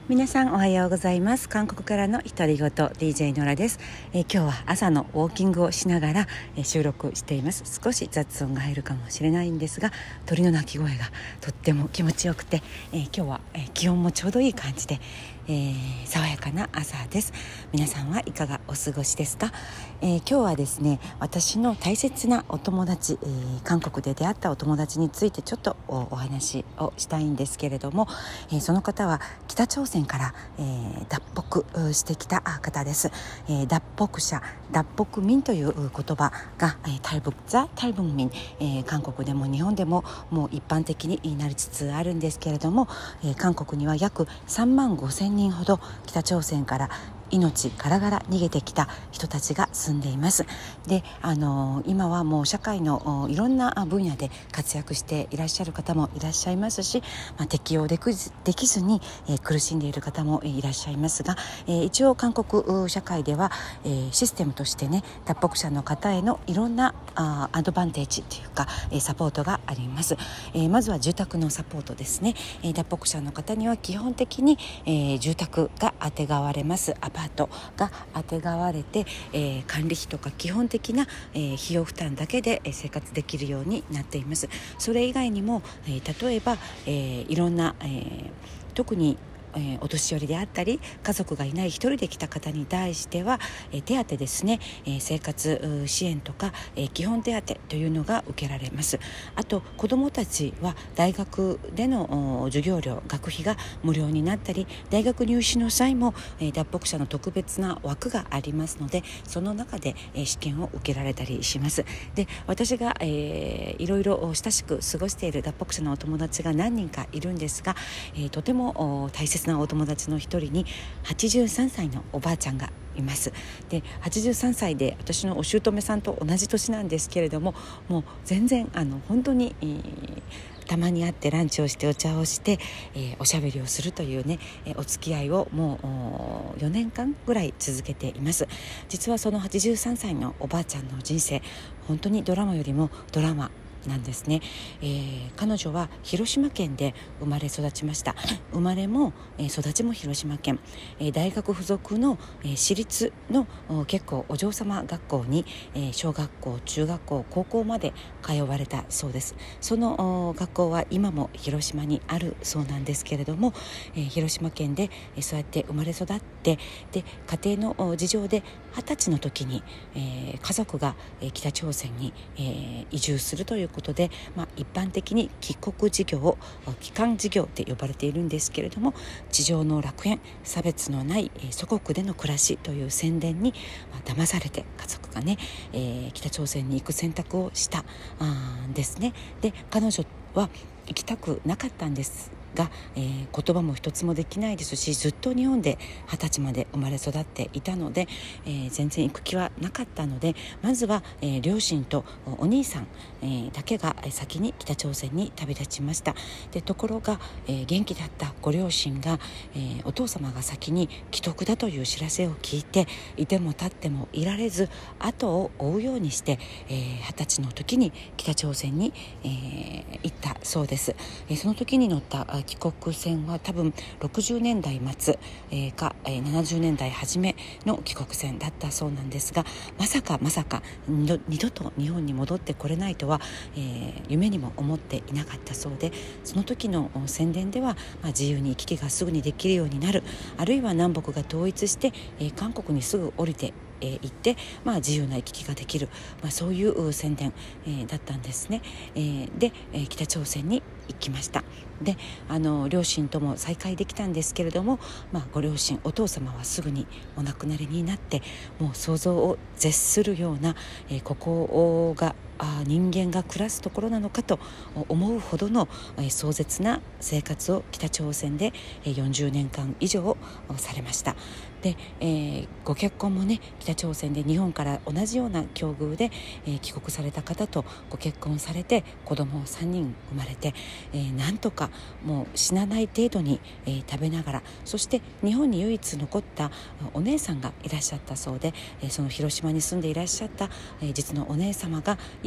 皆さんおはようございます。韓国からの独り言 DJ ノラです。今日は朝のウォーキングをしながら、収録しています。少し雑音が入るかもしれないんですが、鳥の鳴き声がとっても気持ちよくて、今日は、気温もちょうどいい感じで、爽やかな朝です。皆さんはいかがお過ごしですか？今日はですね、私の大切なお友達、韓国で出会ったお友達についてちょっとお話をしたいんですけれども、その方は北朝鮮から、脱北してきた方です。脱北者、脱北民という言葉が、탈북자、탈북민、韓国でも日本でももう一般的になりつつあるんですけれども、韓国には約3万5千人ほど北朝鮮から命からがら逃げてきた人たちが住んでいます。で、今はもう社会のいろんな分野で活躍していらっしゃる方もいらっしゃいますし、適応できずに、苦しんでいる方もいらっしゃいますが、一応韓国社会では、システムとしてね、脱北者の方へのいろんなアドバンテージというか、サポートがあります。まずは住宅のサポートですね。脱北者の方には基本的に、住宅があてがわれます。アパートがあてがわれて、管理費とか基本的な、費用負担だけで生活できるようになっています。それ以外にも、例えば、いろんな、特にお年寄りであったり家族がいない一人で来た方に対しては、手当ですね、生活支援とか、基本手当というのが受けられます。あと子どもたちは大学での授業料学費が無料になったり、大学入試の際も、脱北者の特別な枠がありますので、その中で、試験を受けられたりします。で、私が、いろいろ親しく過ごしている脱北者のお友達が何人かいるんですが、とても大切なお友達の一人に83歳のおばあちゃんがいます。で、83歳で私のお姑さんと同じ年なんですけれども、もう全然本当に、たまに会ってランチをしてお茶をして、おしゃべりをするというね、お付き合いをもう4年間ぐらい続けています。実はその83歳のおばあちゃんの人生、本当にドラマよりもドラマなんですね。彼女は広島県で生まれ育ちました。生まれも、育ちも広島県、大学附属の、私立の結構お嬢様学校に、小学校中学校高校まで通われたそうです。その学校は今も広島にあるそうなんですけれども、広島県で、そうやって生まれ育って、で家庭の事情で20歳の時に、家族が、北朝鮮に、移住するということで、一般的に帰国事業、帰還事業って呼ばれているんですけれども、地上の楽園、差別のない、祖国での暮らしという宣伝に、騙されて家族がね、北朝鮮に行く選択をしたんですね。で、彼女は行きたくなかったんですが、言葉も一つもできないですし、ずっと日本で20歳まで生まれ育っていたので、全然行く気はなかったので、まずは、両親とお兄さん、だけが先に北朝鮮に旅立ちました。で、ところが、元気だったご両親が、お父様が先に帰国だという知らせを聞いて、いても立ってもいられず後を追うようにして、20歳の時に北朝鮮に、行ったそうです。その時に乗った帰国船は多分60年代末、か、70年代初めの帰国船だったそうなんですが、まさか二度と日本に戻ってこれないとは、夢にも思っていなかったそうで、その時の宣伝では、自由に行き来がすぐにできるようになる、あるいは南北が統一して、韓国にすぐ降りて行って、自由な行き来ができる、そういう宣伝、だったんですね。で、北朝鮮に行きました。で、両親とも再会できたんですけれども、ご両親、お父様はすぐにお亡くなりになって、もう想像を絶するような、ここが人間が暮らすところなのかと思うほどの、壮絶な生活を北朝鮮で40年間以上されました。で、ご結婚もね、北朝鮮で日本から同じような境遇で、帰国された方とご結婚されて、子供を3人生まれて、なんとかもう死なない程度に、食べながら、そして日本に唯一残ったお姉さんがいらっしゃったそうで、その広島に住んでいらっしゃった、実のお姉様が一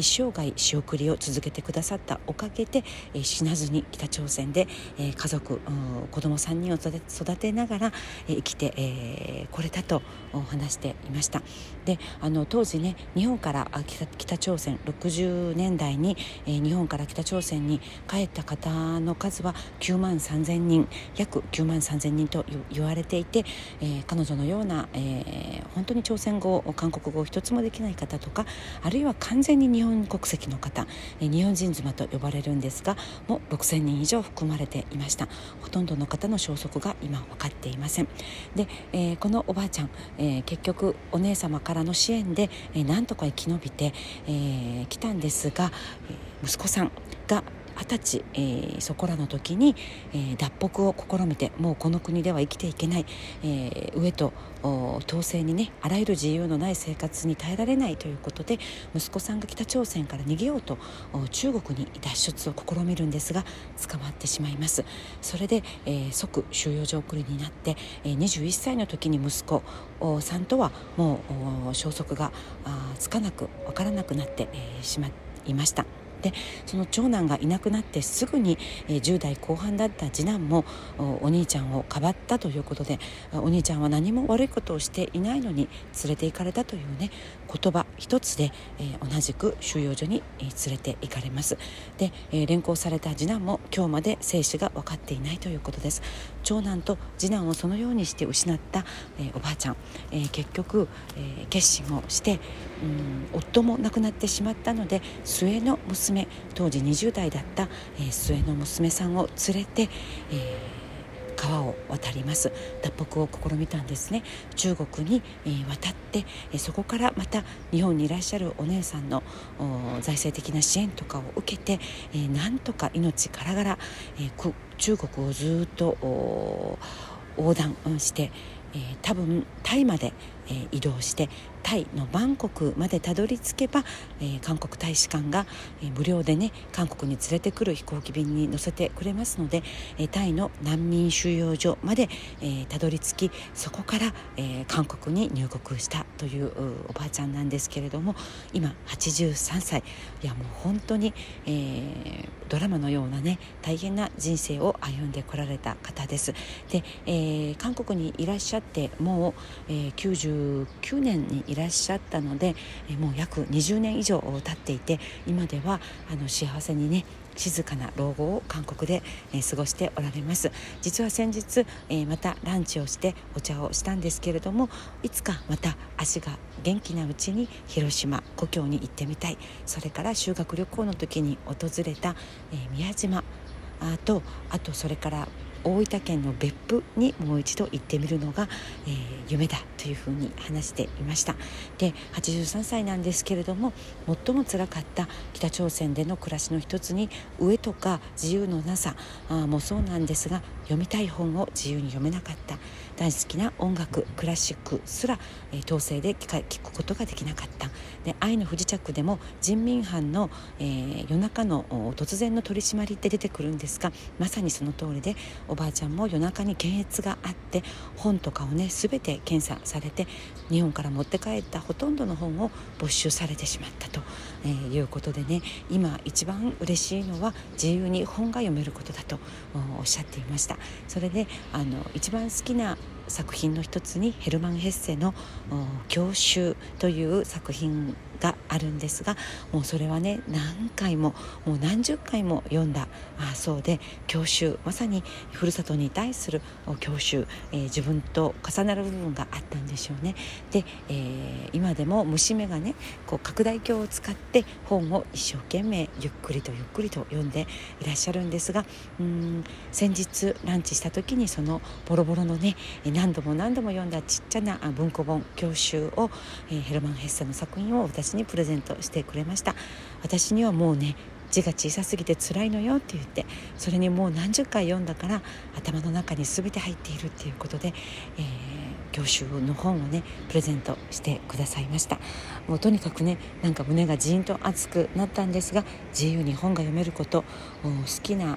一生涯仕送りを続けてくださったおかげで、死なずに北朝鮮で、家族、子供3人を育てながら、生きて、これたと話していました。で当時ね、日本から北朝鮮60年代に、日本から北朝鮮に帰った方の数は9万3000人、約9万3000人と言われていて、彼女のような、本当に朝鮮語韓国語一つもできない方とか、あるいは完全に日本国籍の方、日本人妻と呼ばれるんですが、もう6000人以上含まれていました。ほとんどの方の消息が今分かっていません。で、このおばあちゃん、結局お姉様からの支援で、なんとか生き延びて、来たんですが、息子さんが20歳、そこらの時に、脱北を試みて、もうこの国では生きていけない、飢えと統制にね、あらゆる自由のない生活に耐えられないということで、息子さんが北朝鮮から逃げようと中国に脱出を試みるんですが、捕まってしまいます。それで、即収容所送りになって、21歳の時に息子さんとはもう消息がつかなくわからなくなってしまいました。でその長男がいなくなってすぐに、10代後半だった次男もお兄ちゃんをかばったということで、お兄ちゃんは何も悪いことをしていないのに連れて行かれたというね、言葉一つで、同じく収容所に、連れて行かれます。で、連行された次男も今日まで生死が分かっていないということです。長男と次男をそのようにして失った、おばあちゃん、結局、決心をして、夫も亡くなってしまったので、末の娘、当時20代だった、末の娘さんを連れて、川を渡ります。脱北を試みたんですね。中国に、渡って、そこからまた日本にいらっしゃるお姉さんの財政的な支援とかを受けて、なんとか命からがら、中国をずっと横断して、多分タイまで、移動してタイのバンコクまでたどり着けば、韓国大使館が、無料でね、韓国に連れてくる飛行機便に乗せてくれますので、タイの難民収容所まで、たどり着き、そこから、韓国に入国したというおばあちゃんなんですけれども、今83歳。いやもう本当に、ドラマのようなね、大変な人生を歩んでこられた方です。で、韓国にいらっしゃってもう、99年にいらっしゃったので、もう約20年以上経っていて、今では幸せにね、静かな老後を韓国で、過ごしておられます。実は先日、またランチをしてお茶をしたんですけれども、いつかまた足が元気なうちに広島故郷に行ってみたい。それから修学旅行の時に訪れた、宮島あとそれから大分県の別府にもう一度行ってみるのが、夢だというふうに話していました。で、83歳なんですけれども、最も辛かった北朝鮮での暮らしの一つに、飢えとか自由のなさもそうなんですが、読みたい本を自由に読めなかった、大好きな音楽クラシックすら、統制で聞くことができなかった。で、愛の不時着でも人民班の、夜中の突然の取り締まりって出てくるんですが、まさにその通りで、おばあちゃんも夜中に検閲があって、本とかをね全て検査されて、日本から持って帰ったほとんどの本を没収されてしまったと、いうことでね、今一番嬉しいのは自由に本が読めることだとおっしゃっていました。それで一番好きな作品の一つにヘルマン・ヘッセの郷愁という作品があるんですが、もうそれはね、何回ももう何十回も読んだそうで、郷愁、まさにふるさとに対する郷愁、自分と重なる部分があったんでしょうね。で、今でも娘がね、こう拡大鏡を使って本を一生懸命ゆっくりと読んでいらっしゃるんですが、先日ランチした時にそのボロボロのね、何度も読んだちっちゃな文庫本郷愁を、ヘルマン・ヘッセの作品を私にプレゼントしてくれました。私にはもうね、字が小さすぎて辛いのよって言って、それにもう何十回読んだから頭の中に全て入っているっていうことで、郷愁の本をねプレゼントしてくださいました。もうとにかくね、なんか胸がジーンと熱くなったんですが、自由に本が読めること、好きな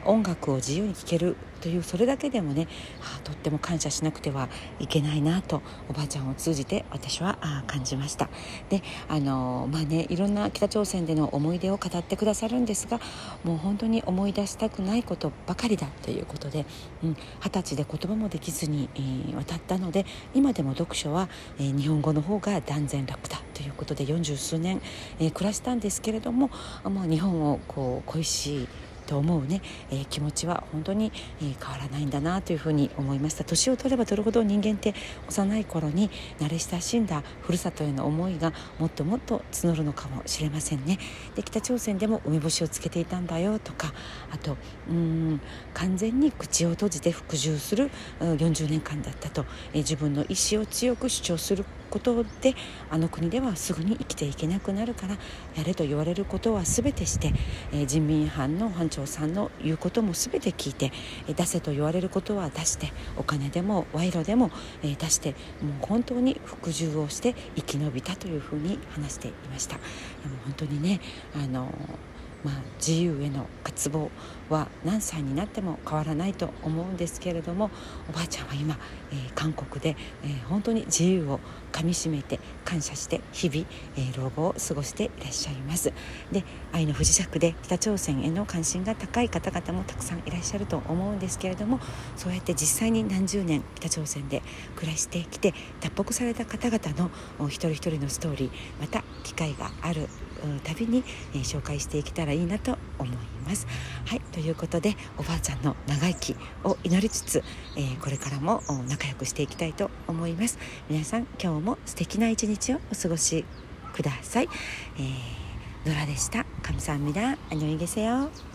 音楽を自由に聴けるというそれだけでもね、とっても感謝しなくてはいけないなとおばあちゃんを通じて私は感じました。でいろんな北朝鮮での思い出を語ってくださるんですが、もう本当に思い出したくないことばかりだということで、20歳で言葉もできずに、渡ったので、今でも読書は、日本語の方が断然楽だということで40数年、暮らしたんですけれども、日本を恋しいと思うね、気持ちは本当に、変わらないんだなというふうに思いました。年を取れば取るほど人間って幼い頃に慣れ親しんだふるさとへの思いがもっともっと募るのかもしれませんね。で、北朝鮮でも梅干しをつけていたんだよとか、あと完全に口を閉じて服従する40年間だったと、自分の意思を強く主張することであの国ではすぐに生きていけなくなるから、やれと言われることは全てして、人民班の班長さんの言うことも全て聞いて、出せと言われることは出して、お金でも賄賂でも、出して、もう本当に服従をして生き延びたというふうに話していました。でも本当にね、自由への渇望は何歳になっても変わらないと思うんですけれども、おばあちゃんは今、韓国で、本当に自由をかみしめて感謝して日々、老後を過ごしていらっしゃいます。で、愛の不時着で北朝鮮への関心が高い方々もたくさんいらっしゃると思うんですけれども、そうやって実際に何十年北朝鮮で暮らしてきて脱北された方々の一人一人のストーリー、また機会があるたびに、紹介していけたらいいなと思います。はい、ということでおばあちゃんの長生きを祈りつつ、これからも仲良くしていきたいと思います。皆さん今日も素敵な一日をお過ごしください。ノラでした。감사합니다。안녕히 계세요。